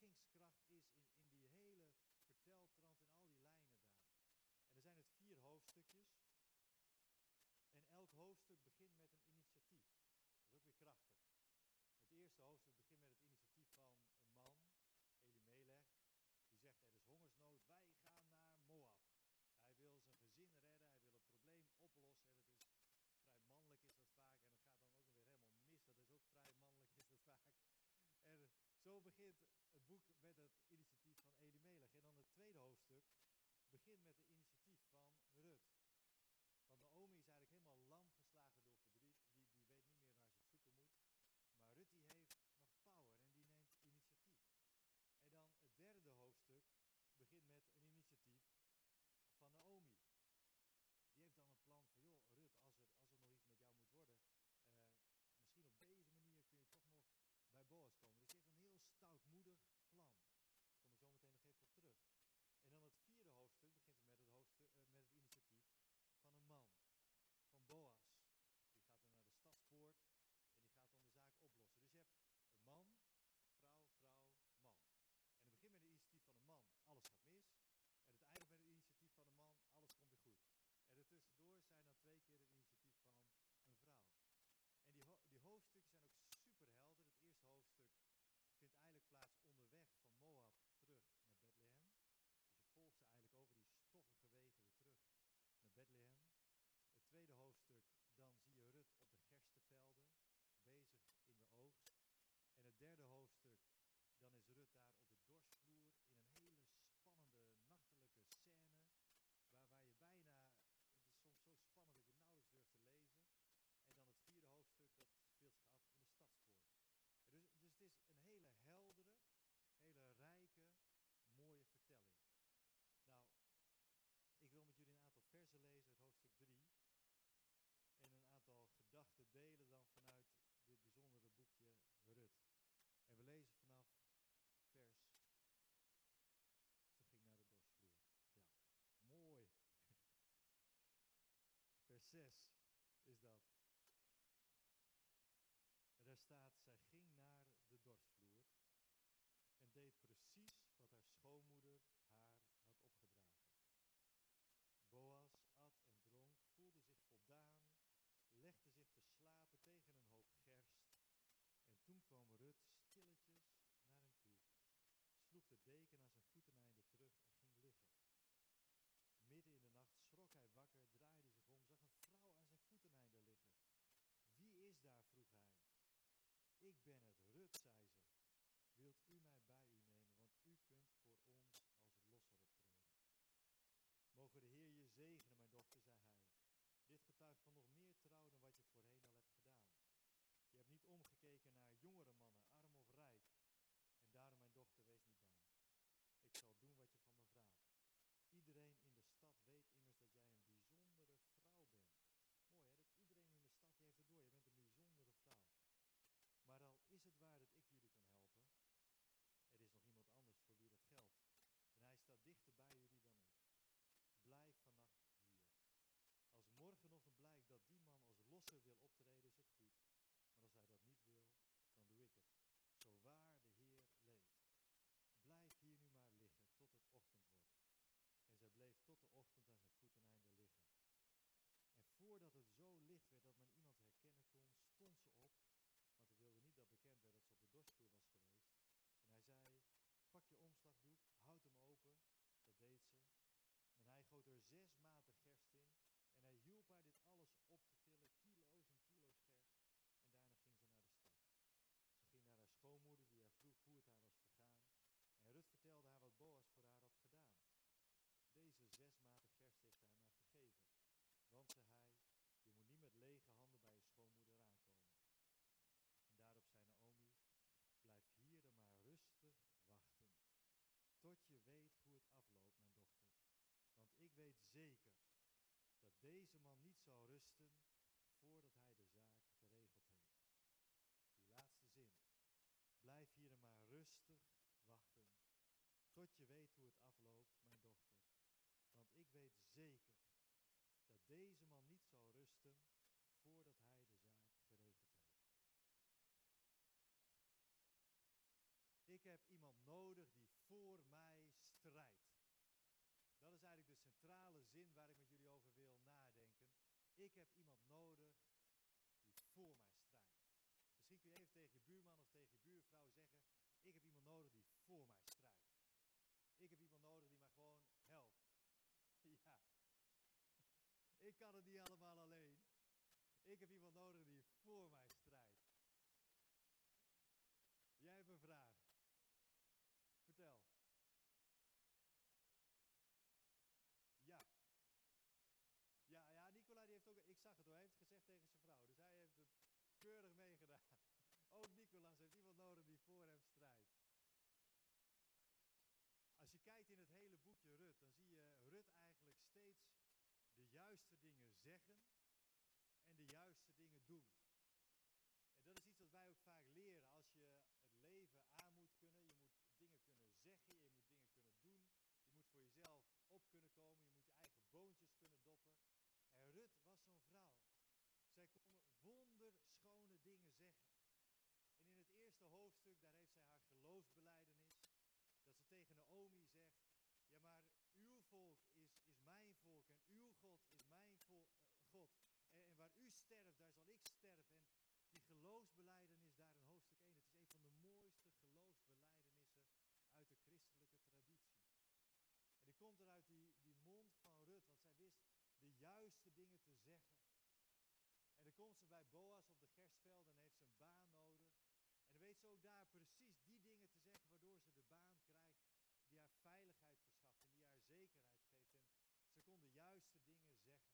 overtuigingskracht is in die hele verteltrand en al die lijnen daar. En er zijn het 4 hoofdstukjes. En elk hoofdstuk begint met een initiatief. Dat is ook weer krachtig. Het eerste hoofdstuk begint met het initiatief van een man, Elimelech. Die zegt er is hongersnood, wij gaan naar Moab. Hij wil zijn gezin redden, hij wil het probleem oplossen. En het is vrij mannelijk is dat vaak. En dat gaat dan ook nog weer helemaal mis. Dat is ook vrij mannelijk is dat vaak. En zo begint het boek met het initiatief van Elimelech. En dan het tweede hoofdstuk begint met het initiatief van Rut. Want Naomi is eigenlijk helemaal lam geslagen door verdriet. Die weet niet meer waar ze het zoeken moet. Maar Rut die heeft nog power en die neemt initiatief. En dan het derde hoofdstuk begint met een initiatief van Naomi. Die heeft dan een plan van, joh Rut, als er nog iets met jou moet worden, misschien op deze manier kun je toch nog bij Boaz komen. Dus die heeft een heel stoutmoedig plan. Daar kom ik zo meteen nog even op terug. En dan het vierde hoofdstuk begint met het initiatief van een man, van Boaz. Die gaat dan naar de stadspoort en die gaat dan de zaak oplossen. Dus je hebt een man, vrouw, man. En het begint met het initiatief van een man, alles gaat mis. En het eindigt met het initiatief van een man, alles komt weer goed. En ertussendoor zijn dan 2 keer het initiatief van een vrouw. En die hoofdstukken zijn ook super helder. Het eerste hoofdstuk vindt eigenlijk plaats onderweg van Moab terug naar Bethlehem. Dus je volgt ze eigenlijk over die stoffige wegen weer terug naar Bethlehem. Het tweede hoofdstuk, dan zie je Rut op de gerstenvelden, bezig in de oogst. En het derde hoofdstuk, dan is Rut daar op de dorsvloer in een hele spannende nachtelijke scène, waar je bijna, het is soms zo spannend dat je nauwelijks durft te lezen. En dan het vierde hoofdstuk, dat speelt zich af in de stadspoort. Dus het is een hele heldere, hele rijke, mooie vertelling. Nou, ik wil met jullie een aantal versen lezen uit hoofdstuk 3. En een aantal gedachten delen dan vanuit dit bijzondere boekje Rut. En we lezen vanaf vers... Ze ging naar de dorsvloer. Ja, mooi. Vers 6 is dat. En daar staat, zij ging naar de dorsvloer en deed precies wat haar schoonmoeder haar had opgedragen. Boaz at en dronk, voelde zich voldaan, legde zich te slapen tegen een hoop gerst. En toen kwam Rut stilletjes naar hem toe, sloeg de deken aan zijn voeteneinde terug en ging liggen. Midden in de nacht schrok hij wakker, draaide zich om, zag een vrouw aan zijn voeteneinde liggen. Wie is daar, vroeg hij. Ik ben het, Rut, zei ze. Wilt u mij bij u nemen, want u kunt voor ons als losser optreden. Mogen de Heer je zegenen, mijn dochter, zei hij. Dit getuigt van nog meer trouw dan wat je voorheen al hebt gedaan. Je hebt niet omgekeken naar jongere mannen, arm of rijk. En daarom, mijn dochter, wees niet bang. Ik zal doen wat je van me vraagt. Iedereen in de stad weet immers dat jij een bijzondere vrouw bent. Mooi hè, dat iedereen in de stad die heeft het door. Je bent een bijzondere vrouw. Maar al is het waar dat ik jullie kan helpen, er is nog iemand anders voor wie dat geldt. En hij staat dichter bij jullie dan ik. Blijf vannacht hier. Als morgenochtend blijkt dat die man als losser wil optreden, is het goed. Maar als hij dat niet wil, dan doe ik het. Zo waar de Heer leeft. Blijf hier nu maar liggen tot het ochtend wordt. En zij bleef tot de ochtend aan zijn voeteneinde liggen. En voordat het zo licht werd dat men iemand herkennen kon, stond ze op, want hij wilde niet dat bekend werd dat ze op de dorsvloer was geweest. En hij zei, pak je omslagdoek, houd hem open. Dat deed ze. En hij goot er 6 maten gerst in. En hij hielp haar dit alles op te tillen, kilo's en kilo's gerst. En daarna ging ze naar de stad. Ze ging naar haar schoonmoeder, die haar vroeg hoe het haar was vergaan. En Rut vertelde haar wat Boaz voor haar had gedaan. Deze 6 maten gerst heeft hij mij gegeven. Want, zei hij, je moet niet met lege handen bij je schoonmoeder aankomen. En daarop zei Naomi, blijf hier dan maar rustig wachten. Tot je weet hoe het afloopt, mijn dochter. Want ik weet zeker dat deze man niet zal rusten voordat hij de zaak geregeld heeft. Die laatste zin. Blijf hier dan maar rustig wachten. Tot je weet hoe het afloopt, mijn dochter. Want ik weet zeker dat deze man niet zal rusten voordat hij de zaak geregeld heeft. Ik heb iemand nodig die voor mij strijdt. Dat is eigenlijk de centrale zin waar ik met jullie over wil nadenken. Ik heb iemand nodig die voor mij strijdt. Misschien kun je even tegen je buurman of tegen je buurvrouw zeggen, ik heb iemand nodig die voor mij strijdt. Ik heb iemand nodig die mij gewoon helpt. Ja, ik kan het niet allemaal alleen. Ik heb iemand nodig die voor mij strijdt. Jij hebt een vraag. Vertel. Ja. Ja, Nicola die heeft ook, ik zag het hoor, hij heeft het gezegd tegen zijn vrouw. Dus hij heeft het keurig meegedaan. Ook Nicolas heeft iemand nodig die voor hem strijdt. Als je kijkt in het hele boekje Rut, dan zie je Rut eigenlijk steeds de juiste dingen zeggen en de juiste dingen doen. En dat is iets wat wij ook vaak leren als je het leven aan moet kunnen. Je moet dingen kunnen zeggen, je moet dingen kunnen doen. Je moet voor jezelf op kunnen komen, je moet je eigen boontjes kunnen doppen. En Rut was zo'n vrouw. Zij kon wonderschone dingen zeggen. En in het eerste hoofdstuk, daar heeft zij haar geloofsbelijdenis. Dat ze tegen Naomi zegt, ja maar uw volk is mijn volk en uw God is mijn God. En waar u sterft, daar zal ik sterven. En die geloofsbelijdenis daar in hoofdstuk 1, het is een van de mooiste geloofsbelijdenissen uit de christelijke traditie. En die komt er uit die mond van Rut, want zij wist de juiste dingen te zeggen. En dan komt ze bij Boas op de Gerstveld en heeft ze een baan nodig. En dan weet ze ook daar precies die dingen te zeggen waardoor ze de baan krijgt die haar veiligheid verschaft en die haar zekerheid geeft. En ze kon de juiste dingen zeggen.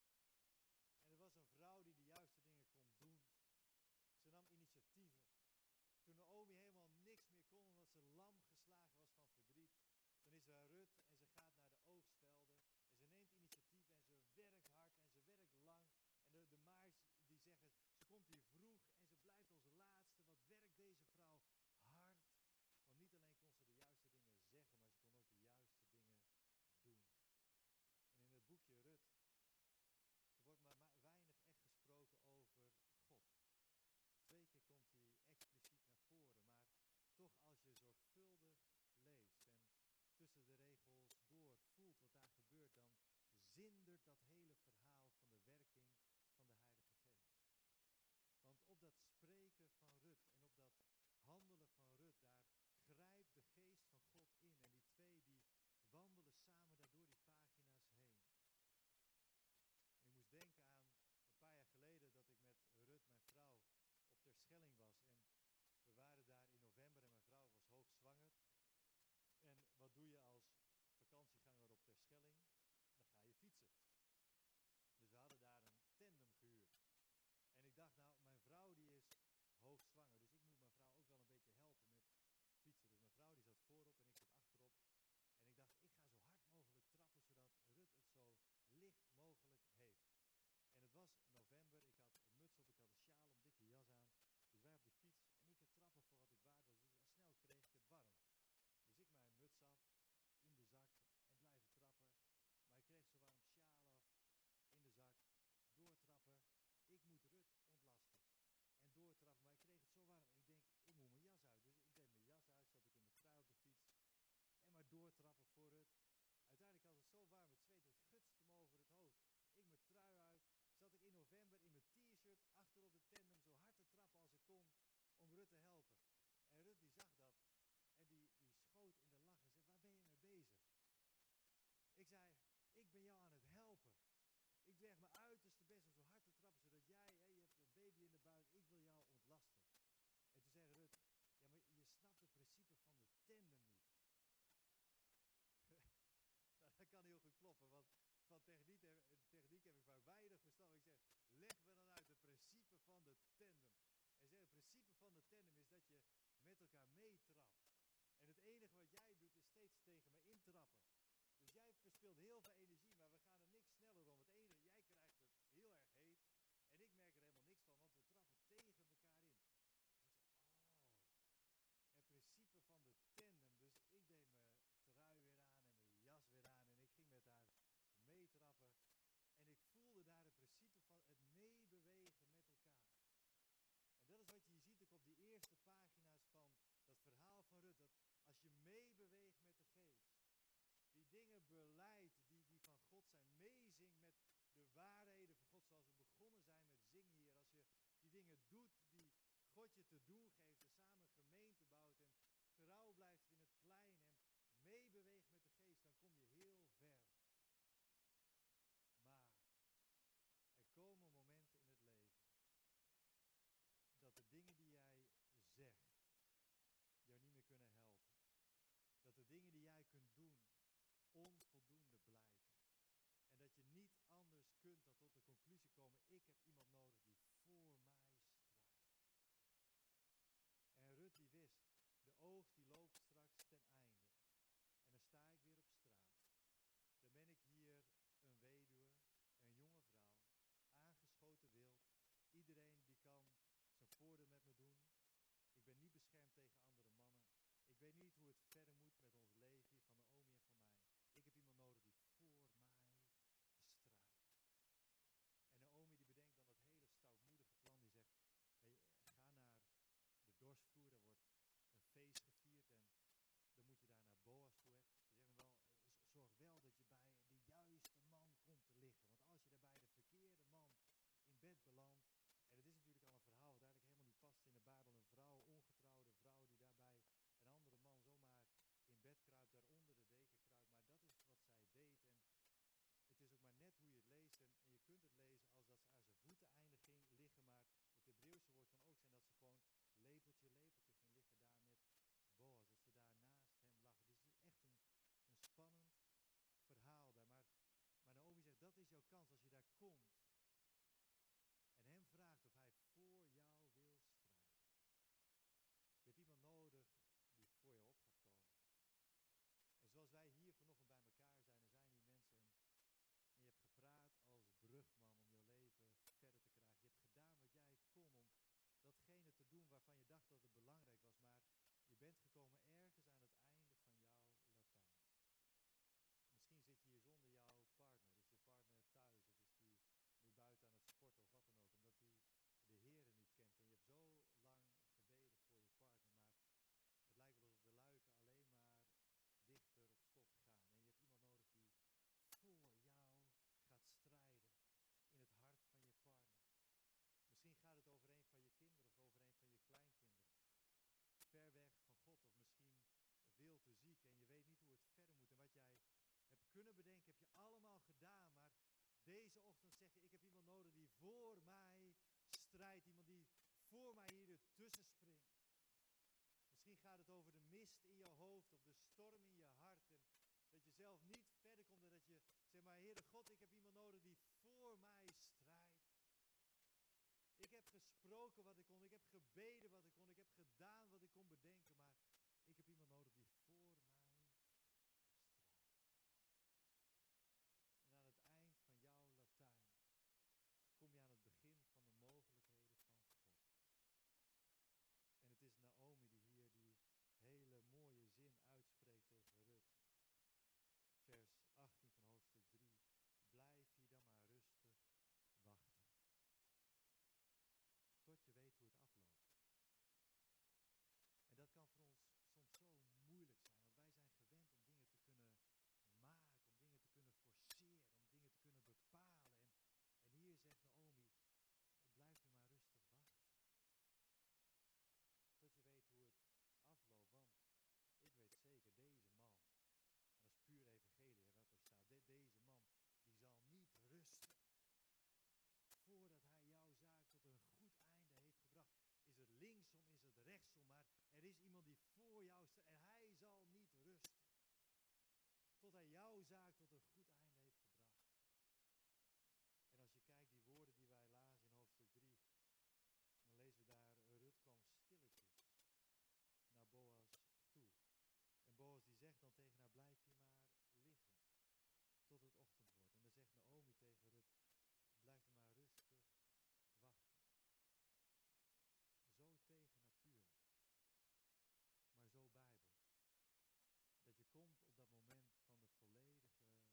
En er was een vrouw die de juiste dingen kon doen. Ze nam initiatieven. Toen Naomi helemaal niks meer kon omdat ze lam geslagen was van verdriet, dan is er Rut en ze gaat naar de oogstvelden en ze neemt initiatief en ze werkt hard en ze werkt lang. En de maais die zeggen, ze komt hier vroeg en ze blijft als laatste. Wat werkt deze vrouw hard? Want niet alleen kon ze de juiste dingen zeggen, maar ze kon ook de juiste dingen doen. En in het boekje Rut, er wordt maar weinig echt gesproken over God. 2 keer komt hij expliciet naar voren, maar toch als je zorgvuldig leest en tussen de regels door voelt wat daar gebeurt, dan zindert dat hele verhaal van de werking van de Heilige Geest. Want op dat spreken van Rut en op dat handelen van Rut, daar grijpt de geest van God in. En die twee die wandelen samen daardoor die pagina's heen. En ik moest denken aan een paar jaar geleden dat ik met Rut, mijn vrouw, op Terschelling was. En we waren daar in november en mijn vrouw was hoogzwanger. En wat doe je als vakantieganger op Terschelling? Dan ga je fietsen. Dus we hadden daar een tandem gehuurd. En ik dacht, nou, mijn vrouw die is hoogzwanger, dus ik moet mijn vrouw ook wel een beetje helpen met fietsen. Dus mijn vrouw die zat voorop en ik zat achterop. En ik dacht, ik ga zo hard mogelijk trappen, zodat Rut het zo licht mogelijk heeft. En het was november, ik had een muts op, ik had een sjaal om, dikke jas aan. Dus wij op die fiets en ik het trappen voor wat ik waard was. Dus al snel kreeg ik het warm. Dus ik mijn muts af, in de zak en blijven trappen. Maar ik kreeg zo warm sjaal af, in de zak, doortrappen. Ik moet Rut ontlasten. En doortrappen, maar ik kreeg het zo warm. Ik denk, ik moet mijn jas uit. Dus ik deed mijn jas uit, zat ik in mijn trui op de fiets. En maar doortrappen voor Rut. Uiteindelijk had het zo warm, het zweet, het gutste me over het hoofd. Ik mijn trui uit, zat ik in november in mijn t-shirt achter op de tandem zo hard te trappen als ik kon om Rut te helpen. En Rut die zag dat en die schoot in de lach en zei, waar ben je mee bezig? Ik zei, ik ben jou aan het helpen. Ik werk mijn uiterste best om zo hard te trappen, zodat jij, je hebt een baby in de buik, ik wil jou ontlasten. En toen zei Rut, ja maar je snapt het principe van de tandem niet. Nou, dat kan heel goed kloppen, want van techniek heb ik vaak weinig verstand. Ik zeg, leg me dan uit het principe van de tandem. En zeg, het principe van de tandem is dat je met elkaar meetrapt. En het enige wat jij doet is steeds tegen me intrappen. Dus jij verspilt heel veel energie, maar we gaan er niks sneller om. Het ene, jij krijgt het heel erg heet en ik merk er helemaal niks van, want we trappen tegen elkaar in. Dus ik zei, oh, het principe van de tandem. Dus ik deed mijn trui weer aan en mijn jas weer aan en ik ging met haar meetrappen. En ik voelde daar het principe van het meebewegen met elkaar. En dat is wat je ziet ook op die eerste pagina's van dat verhaal van Rut. Dat waarheden van God, zoals we begonnen zijn met zingen hier. Als je die dingen doet die God je te doen geeft en samen gemeente bouwt en trouw blijft in het klein en meebeweegt met de geest, dan kom je heel ver. Maar er komen momenten in het leven dat de dingen die jij zegt jou niet meer kunnen helpen. Dat de dingen die jij kunt doen onvoldoende blijken. En dat je niet anders kunt dan tot de conclusie komen, ik heb iemand nodig die voor mij strijdt. En Rut die wist, de oogst die loopt straks ten einde. En dan sta ik weer op straat. Dan ben ik hier een weduwe, een jonge vrouw, aangeschoten wild. Iedereen die kan zijn voordeel met me doen. Ik ben niet beschermd tegen andere mannen. Ik weet niet hoe het verder moet met ons leven hier van Naomi en van mij. Ik heb iemand nodig die voor mij strijdt. En Naomi die bedenkt dan dat hele stoutmoedige plan. Die zegt, hey, ga naar de dorsvloer, daar wordt een feest gevierd en dan moet je daar naar Boas toe. Ze zeggen wel, zorg wel dat je bij de juiste man komt te liggen. Want als je daar bij de verkeerde man in bed belandt, en het is natuurlijk al een verhaal wat eigenlijk helemaal niet past in de Bijbel. Een vrouw, ongetrouwde vrouw die daarbij een andere man zomaar in bed kruipt, daaronder de deken kruipt. Maar dat is wat zij deed en het is ook maar net hoe je het leest. En je kunt het lezen als dat ze aan zijn voeteneinden ging liggen. Maar het Hebreeuwse woord kan ook zijn dat ze gewoon lepeltje ging liggen daar met Boas. Dat ze daar naast hem lag. Dus het is echt een spannend verhaal daar. Maar Naomi zegt, dat is jouw kans als je daar komt. En hem vraagt of hij voor jou wil strijden. Je hebt iemand nodig die voor je op gaat komen. En zoals wij hier vanochtend bij elkaar zijn, er zijn hier mensen en je hebt gepraat als brugman om jouw leven verder te krijgen. Je hebt gedaan wat jij kon om datgene te doen waarvan je dacht dat het belangrijk was, maar je bent gekomen ergens aan het einde van jouw Latijn. Misschien zit je hier zonder jouw partner. Is je partner thuis of is die nu buiten aan het sporten of wat dan ook, omdat hij de Heere niet kent. En je hebt zo lang gebeden voor je partner, maar het lijkt wel alsof de luiken alleen maar dichter op slot gaan. En je hebt iemand nodig die voor jou gaat strijden in het hart van je partner. Misschien gaat het over een van je kinderen of over een van je kleinkinderen. Ver weg van God of misschien veel te ziek en je weet niet hoe het verder moet. En wat jij hebt kunnen bedenken heb je allemaal gedaan, maar deze ochtend zeg je, ik heb iemand nodig die voor mij strijdt. Iemand die voor mij hier ertussen springt. Misschien gaat het over de mist in je hoofd of de storm in je hart. En dat je zelf niet verder komt en dat je zegt, maar Heere God, ik heb iemand nodig die voor mij strijdt. Ik heb gesproken wat ik kon, ik heb gebeden wat ik kon, ik heb gedaan wat ik kon bedenken, maar ik heb iemand nodig die voor mij strijdt. En aan het eind van jouw Latijn kom je aan het begin van de mogelijkheden van God. En het is Naomi die hier die hele mooie zin uitspreekt tegen Rut. Vers 18 van hoofdstuk 3. Blijf hier dan maar rustig wachten. Tot je weet hoe het afloopt. En dat kan voor ons soms zo moeilijk zijn. Want wij zijn gewend om dingen te kunnen maken. Om dingen te kunnen forceren. Om dingen te kunnen bepalen. En hier zegt Naomi, blijf nu maar rustig wachten. Tot je weet hoe het afloopt. Want ik weet zeker, deze man, en dat is puur evangelie wat er staat. Deze man, die zal niet rusten. Voordat hij jouw zaak tot een goed einde heeft gebracht. Is het linksom, is het rechtsom. Maar er is iemand die voor jou staat. En hij zal niet rusten. Tot hij jouw zaak tot een goed einde heeft gebracht. En als je kijkt, die woorden die wij lazen in hoofdstuk 3. Dan lezen we daar, Rut kwam stilletjes naar Boas toe. En Boas die zegt dan tegen haar, blijf hier maar liggen. Tot het ochtend wordt. En dan zegt Naomi tegen Rut, blijf er maar rustig wachten. Zo tegennatuurlijk. Maar zo bijbels. Dat je komt op dat moment van de volledige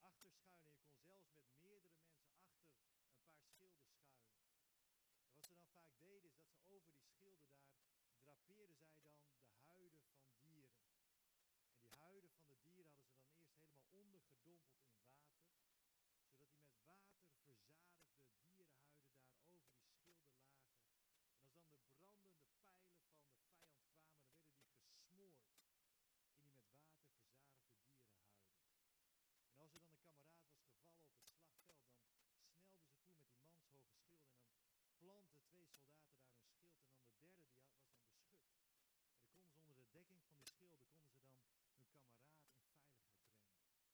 achter schuilen. Je kon zelfs met meerdere mensen achter een paar schilden schuilen. En wat ze dan vaak deden is dat ze over die schilden daar drapeerden zij dan de huiden van dieren. En die huiden van de dieren hadden ze dan eerst helemaal ondergedompeld in water, zodat die met water verzadigde dierenhuiden daar over die schilden lagen. En als dan de brandende pijlen van de vijand kwamen, dan werden die gesmoord in die met water verzadigde dierenhuiden. En als er dan een kameraad was gevallen op het slagveld, dan snelden ze toe met die manshoge schilden en dan planten 2 soldaten daar hun schild en dan de derde die was dan beschut. En dan konden ze onder de dekking van die schilden, konden ze dan hun kameraad in veiligheid brengen.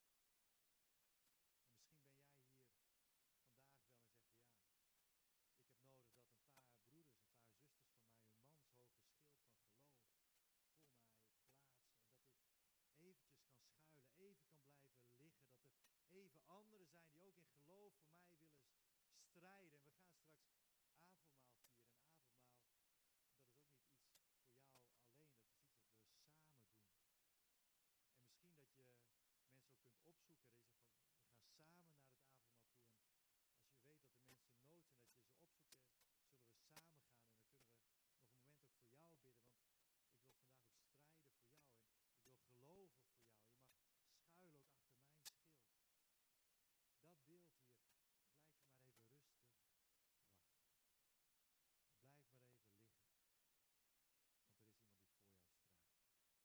En misschien ben jij hier vandaag wel en zeg je ja, ik heb nodig dat een paar broeders, een paar zusters van mij hun manshoge schild van geloof voor mij plaatsen. En dat ik eventjes kan schuilen, even kan blijven liggen. Dat er even anderen zijn die ook in geloof voor mij willen strijden. En we gaan straks avondmaal vieren. En avondmaal, dat is ook niet iets voor jou alleen. Dat is iets wat we samen doen. En misschien dat je mensen ook kunt opzoeken. Dat je zegt van, we gaan samen naar het avondmaal toe. En als je weet dat er mensen in nood zijn, dat je ze opzoekt, zullen we samen gaan. En dan kunnen we nog een moment ook voor jou bidden. Want ik wil vandaag ook strijden voor jou. En ik wil geloven voor jou. Je mag schuilen ook achter mijn schild. Dat beeld hier, blijf je maar even rustig wachten. Blijf maar even liggen. Want er is iemand die voor jou strijdt.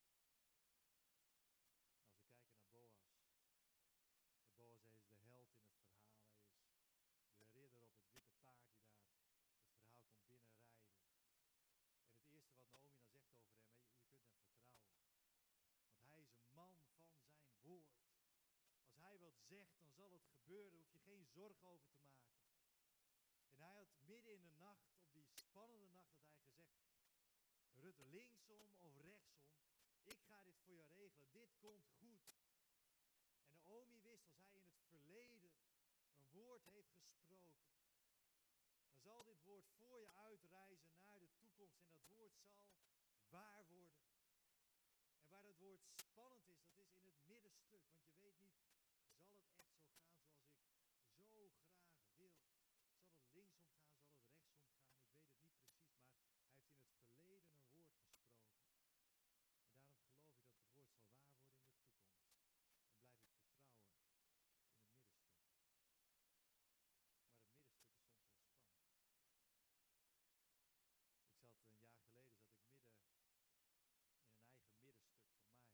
En als we kijken naar Boas. Boas is de held in het verhaal. Hij is de ridder op het witte paard die daar het verhaal komt binnenrijden. En het eerste wat Naomi dan zegt over hem, je kunt hem vertrouwen. Want hij is een man van zijn woord. Als hij wat zegt, dan zal het gebeuren. Daar hoef je geen zorgen over te maken. En hij had midden in de nacht, op die spannende nacht, had hij gezegd, Rut, linksom of rechtsom, ik ga dit voor jou regelen. Dit komt goed. En Naomi wist, als hij in het verleden een woord heeft gesproken, dan zal dit woord voor je uitreizen naar de toekomst. En dat woord zal waar worden. En waar dat woord spannend is, dat is in het middenstuk. Want je weet niet, zal het echt zo gaan zoals ik zo graag wil? Zal het linksom gaan, zal het rechtsom gaan? Ik weet het niet precies, maar hij heeft in het verleden een woord gesproken. En daarom geloof ik dat het woord zal waar worden in de toekomst. En blijf ik vertrouwen in het middenstuk. Maar het middenstuk is soms wel spannend. Ik zat een jaar geleden midden in een eigen middenstuk van mij.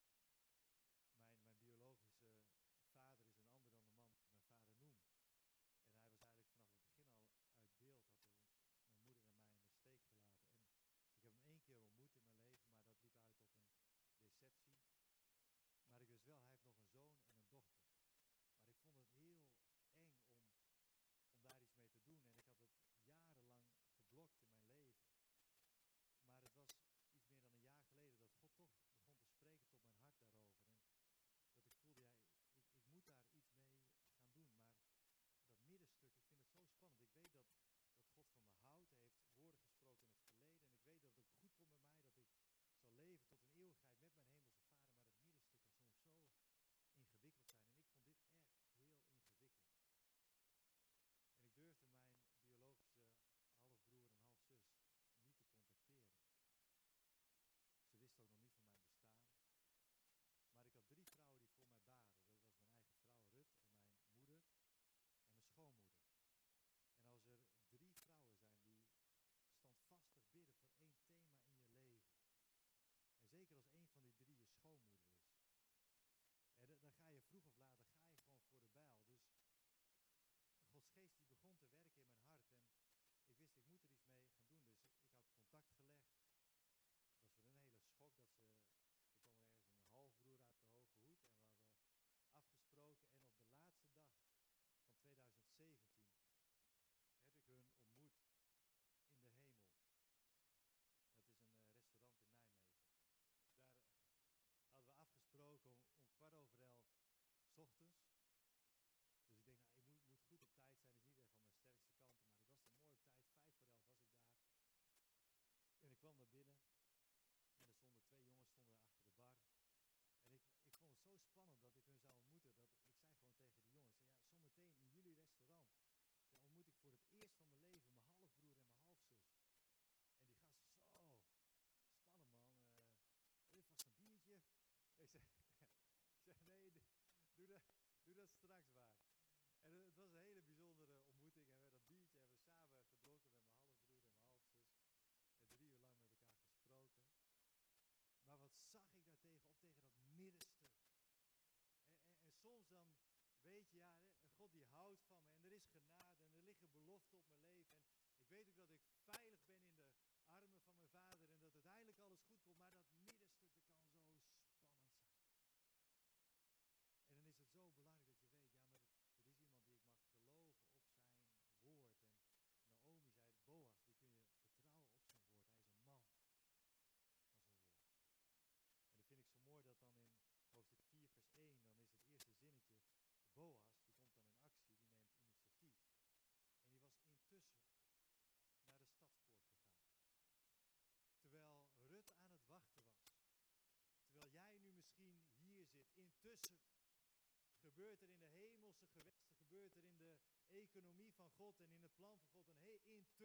Mijn biologische vader is een ander dan de man die ik mijn vader noem. En hij was eigenlijk vanaf het begin al uit beeld, had hij mijn moeder en mij in de steek gelaten. En ik heb hem 1 keer ontmoet in mijn leven, maar dat liep uit op een deceptie. Maar ik wist wel, hij heeft nog een zoon en een dochter. Maar ik vond het heel eng om daar iets mee te doen. En ik had het jarenlang geblokt in mijn leven. Maar het was iets meer dan een jaar geleden dat God toch begon te spreken tot mijn hart daarover. En dat ik voelde, ja, ik moet daar iets mee gaan doen. Maar dat middenstuk, ik vind het zo spannend. Ik weet dat God van me houdt. Hij heeft woorden gesproken in het verleden. En ik weet dat het ook goed komt met mij. Dat ik zal leven tot een eeuwigheid met mijn hemelse vader. Maar het middenstuk kan soms zo ingewikkeld zijn. En ik vond dit echt heel ingewikkeld. En ik durfde mijn biologische halfbroer en halfzus niet te contacteren. Ze wisten ook nog niet van mijn bestaan. Maar ik had 3 vrouwen die voor mij baden. Dat was mijn eigen vrouw Rut en mijn moeder en mijn schoonmoeder. En als er 3 vrouwen zijn die standvastig bidden voor 1 thema in je leven. En zeker als 1 van die 3 je schoonmoeder is. En dan ga je vroeg of laat, gewoon voor de bijl. Dus Gods geest die begon te werken in mijn hart. En ik wist, ik moet er iets mee gaan doen. Dus ik had contact gelegd. Het was voor een hele schok dat er kwam er ergens een halfbroer uit de Hoge Hoed. En we hadden afgesproken. En op de laatste dag van 2017 heb ik hun ontmoet in de hemel. Dat is een restaurant in Nijmegen. Daar hadden we afgesproken om 11:15 's ochtends. Dus ik denk, nou, ik moet goed op tijd zijn. Dat is niet een van mijn sterkste kanten. Maar ik was er mooi op tijd. 11:05 was ik daar. En ik kwam naar binnen. En er stonden 2 jongens achter de bar. En ik vond het zo spannend dat ik hun zou ontmoeten. Dat ik zei gewoon tegen dat straks waar. En het was een hele bijzondere ontmoeting. En we dat biertje hebben we samen gedronken met mijn halfbroer en mijn halfzus. En 3 uur lang met elkaar gesproken. Maar wat zag ik daar tegenop, tegen dat middenstuk. En soms dan weet je, ja, God die houdt van me. En er is genade en er liggen beloften op mijn leven. En ik weet ook dat ik veilig ben in de armen van mijn vader. En dat uiteindelijk alles goed komt. Maar dat middenstuk, dat kan zo spannend zijn. En dan is het zo belangrijk dat je weet, ja, maar er is iemand die ik mag geloven op zijn woord. En Naomi zei, Boas, die kun je vertrouwen op zijn woord. Hij is een man van zijn woord. En dat vind ik zo mooi dat dan in hoofdstuk 4 vers 1, dan is het eerste zinnetje, Boas, die komt dan in actie, die neemt initiatief. En die was intussen naar de stadspoort gegaan. Terwijl Rut aan het wachten was. Terwijl jij nu misschien hier zit, intussen gebeurt er in de hemelse gewesten, gebeurt er in de economie van God en in het plan van God. En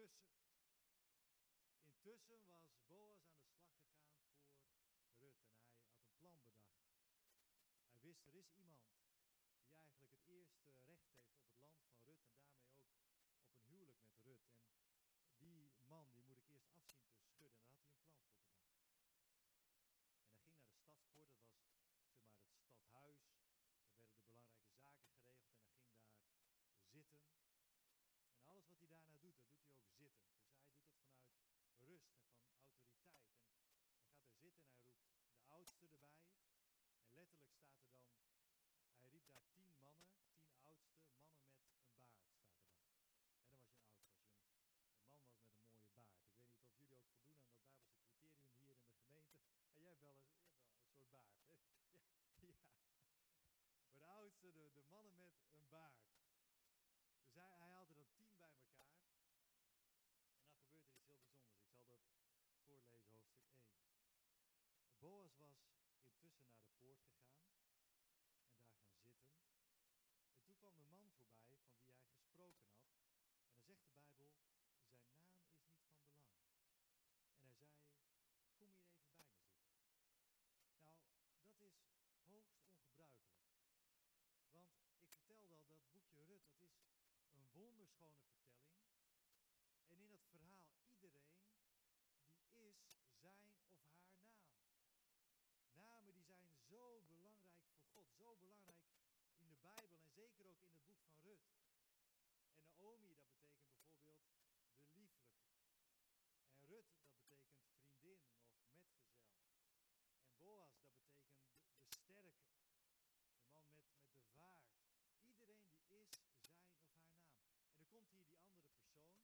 intussen was Boas aan de slag gegaan voor Rut en hij had een plan bedacht. Hij wist, er is iemand die eigenlijk het eerste recht heeft op het land van Rut en daarmee ook op een huwelijk met Rut. En die man, die moet ik eerst afzien te schudden. En daar had hij een plan voor bedacht. En hij ging naar de stadspoort, dat was zeg maar het stadhuis. Daar werden de belangrijke zaken geregeld en hij ging daar zitten. En alles wat hij daarna doet, dat doet hij ook zittend. Dus hij doet dat vanuit rust en van autoriteit. En hij gaat er zitten en hij roept de oudste erbij. En letterlijk staat er dan, hij riep daar 10 mannen, 10 oudste mannen met een baard, staat er dan. En dan was je een oudste, als je een man was met een mooie baard. Ik weet niet of jullie ook voldoen aan dat Bijbelse criterium hier in de gemeente. En jij hebt wel een soort baard, hè? Ja, ja. Maar de oudste, de mannen met een baard. Dus hij haalt er dan 10 bij elkaar. En dan gebeurt er iets heel bijzonders. Ik zal dat voorlezen, hoofdstuk 1. Boas was intussen naar de poort gegaan en daar gaan zitten. En toen kwam de man voorbij van wie hij gesproken had. En dan zegt de Bijbel, zijn naam is niet van belang. En hij zei, kom hier even bij me zitten. Nou, dat is hoogst ongebruikelijk. Want ik vertelde al, dat boekje Rut, dat is een wonderschone vertelling. En in dat verhaal, iedereen die is zijn of haar naam. Namen die zijn zo belangrijk voor God, zo belangrijk in de Bijbel en zeker ook in het boek van Rut. En Naomi, dat betekent bijvoorbeeld de lieflijke. En Rut, dat betekent vriendin of metgezel. En Boas, dat betekent de sterke. De man met de vaart. Iedereen die is zijn of haar naam. En dan komt hier die andere persoon.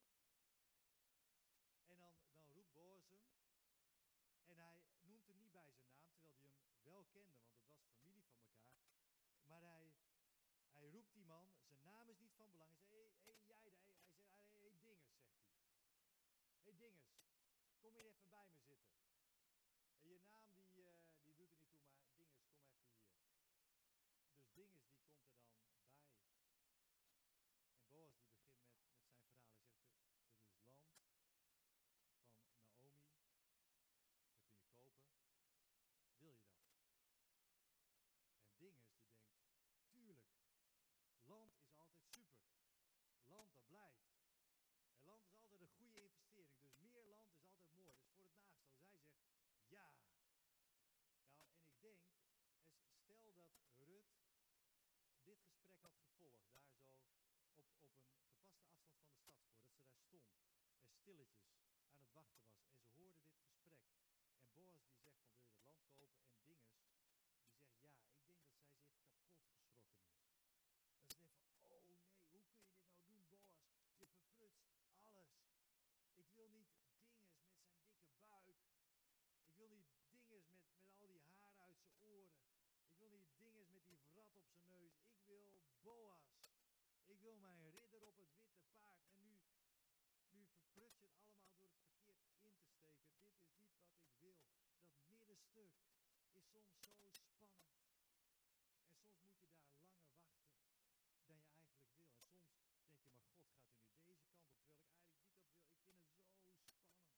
En dan roept Boas hem. En hij noemt hem niet bij zijn naam, terwijl hij hem wel kende, want het was familie van elkaar. Maar hij roept die man, zijn naam is niet van belang. Hij zegt, hey, jij daar. Hij zegt, hey Dinges, zegt hij. Hey Dinges, kom hier even bij me zitten. En je naam die doet er niet toe, maar Dinges, kom even hier. Dus Dinges die komt er dan bij. En Boas die begint met zijn verhaal. Hij zegt, er is land van Naomi. Dat kun je kopen. Wil je dat? En Dinges die denkt, tuurlijk. Land is altijd super. Land dat blijft. En land is altijd een goede investering. Dus meer land is altijd mooi. Dus voor het naagstel. Dus hij zegt, ja. Nou, en ik denk, stel dat Rut dit gesprek had gevolgd. Daar zo op een gepaste afstand van de stadspoort. Dat ze daar stond. En stilletjes aan het wachten was. En ze hoorde dit gesprek. En Boas die zegt van, wil je dat land kopen? En Dinges die zegt, ja. Ik denk dat zij zich kapot geschrokken is. Dat ze denkt van, oh nee, hoe kun je dit nou doen, Boas? Je verprutst alles. Ik wil niet Dinges met zijn dikke buik. Ik wil niet Dinges met al die haren uit zijn oren. Ik wil niet Dinges met die wrat op zijn neus. Ik wil Boas. Ik wil mijn ridder op het witte paard. En nu verprut je het allemaal door het verkeerd in te steken. Dit is niet wat ik wil. Dat middenstuk is soms zo spannend. En soms moet je daar langer wachten dan je eigenlijk wil. En soms denk je, maar God, gaat u nu deze kant op, terwijl ik eigenlijk niet dat wil. Ik vind het zo spannend.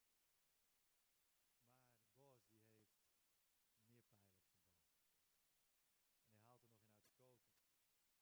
Maar Boas die heeft meer pijlen op zijn boog. En hij haalt er nog in uit de koker.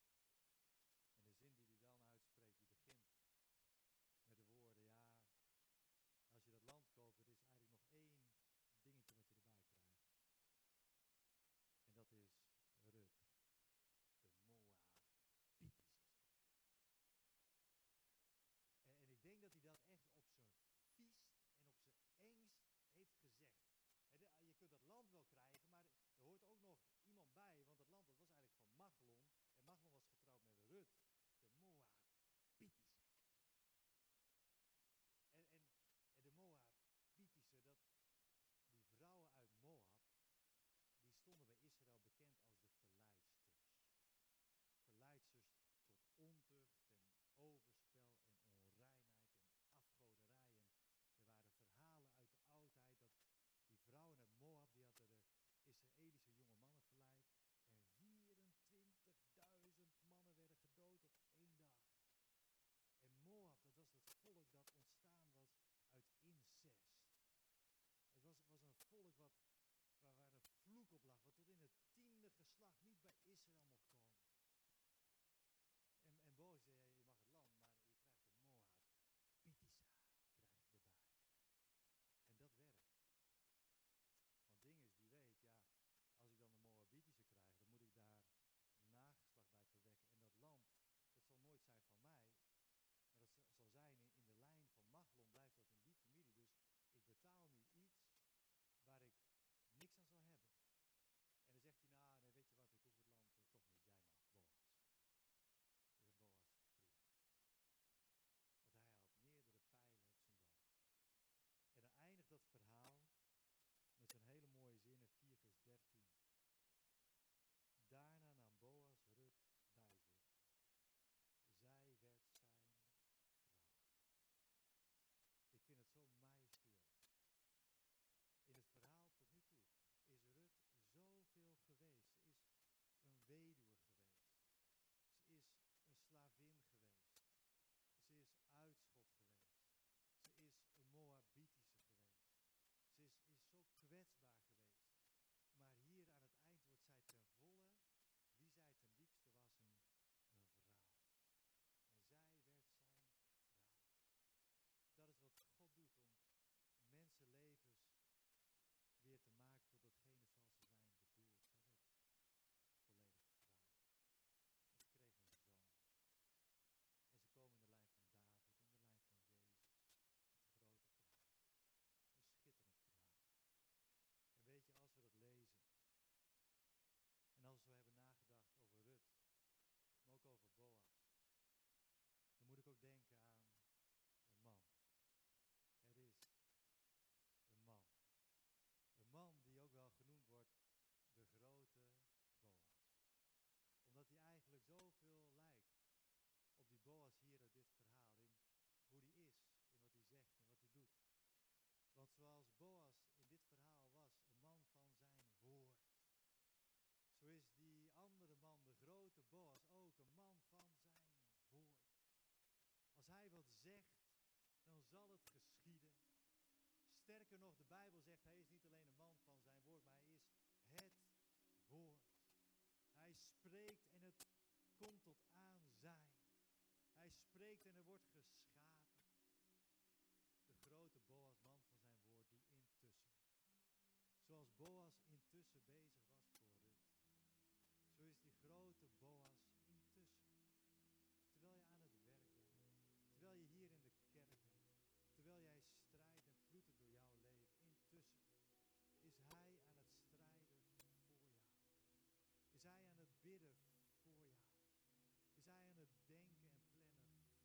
zegt, dan zal het geschieden. Sterker nog, de Bijbel zegt, hij is niet alleen een man van zijn woord, maar hij is het woord. Hij spreekt en het komt tot aanzijn. Hij spreekt en er wordt geschapen. De grote Boas, man van zijn woord, die intussen. Zoals Boas intussen bezig was voor Rut. Zo is die grote Boas intussen. Terwijl je aan het werk bent. Terwijl je hier in de kerk bent. Terwijl jij strijdt en ploetert door jouw leven. Intussen is hij aan het strijden voor jou. Is hij aan het bidden voor jou. Is hij aan het denken en plannen voor jou.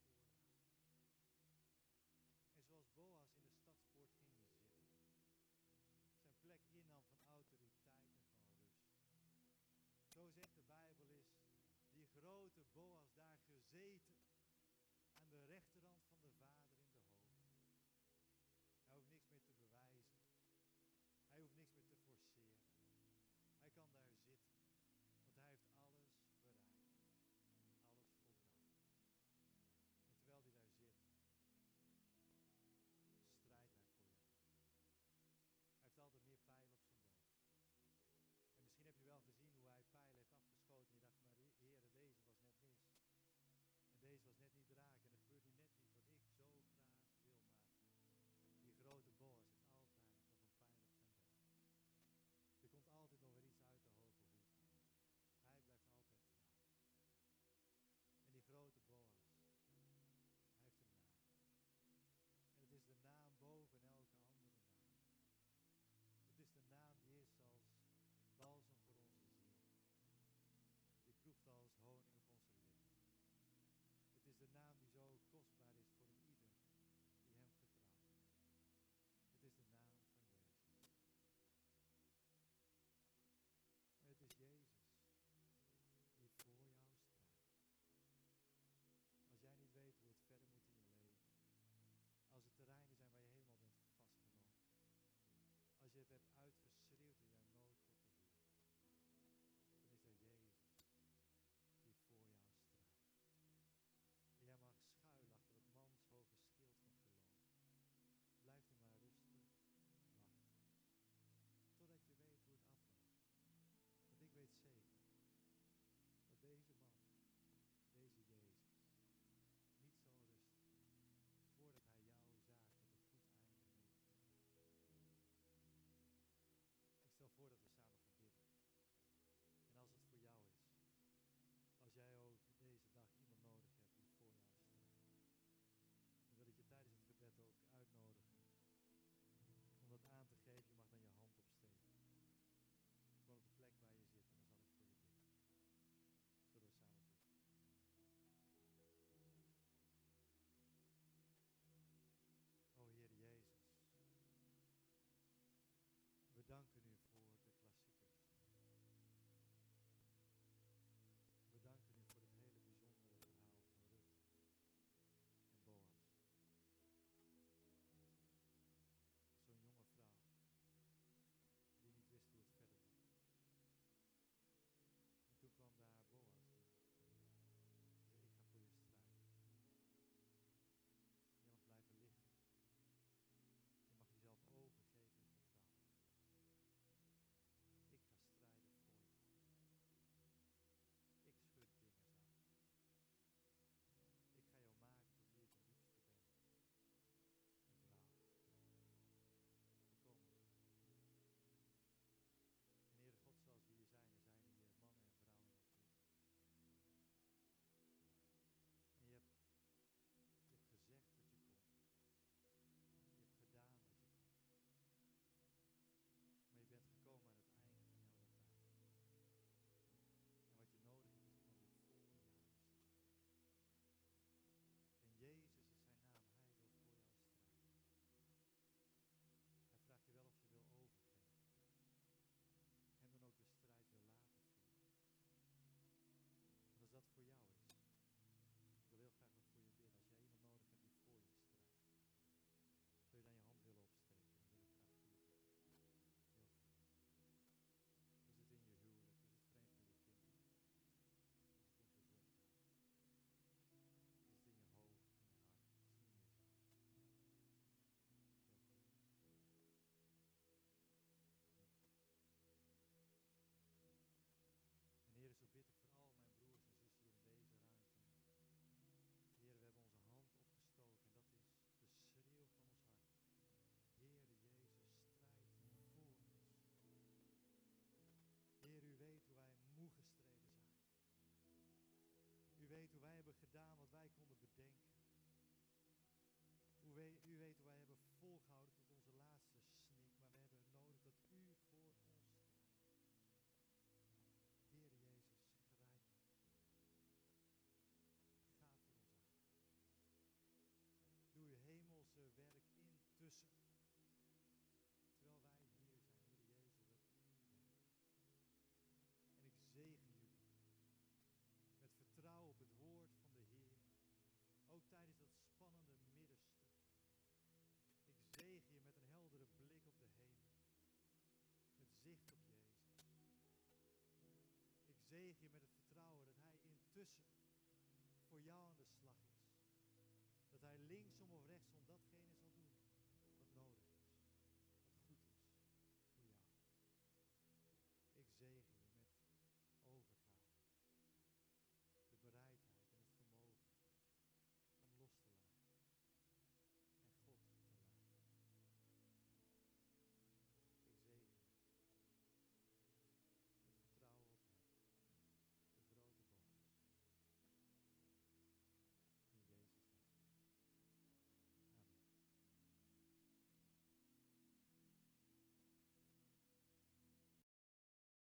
En zoals Boas in de stadspoort ging zitten. Zijn plek innam van oud bid je met het vertrouwen dat hij intussen voor jou aan de slag is. Dat hij linksom of rechtsom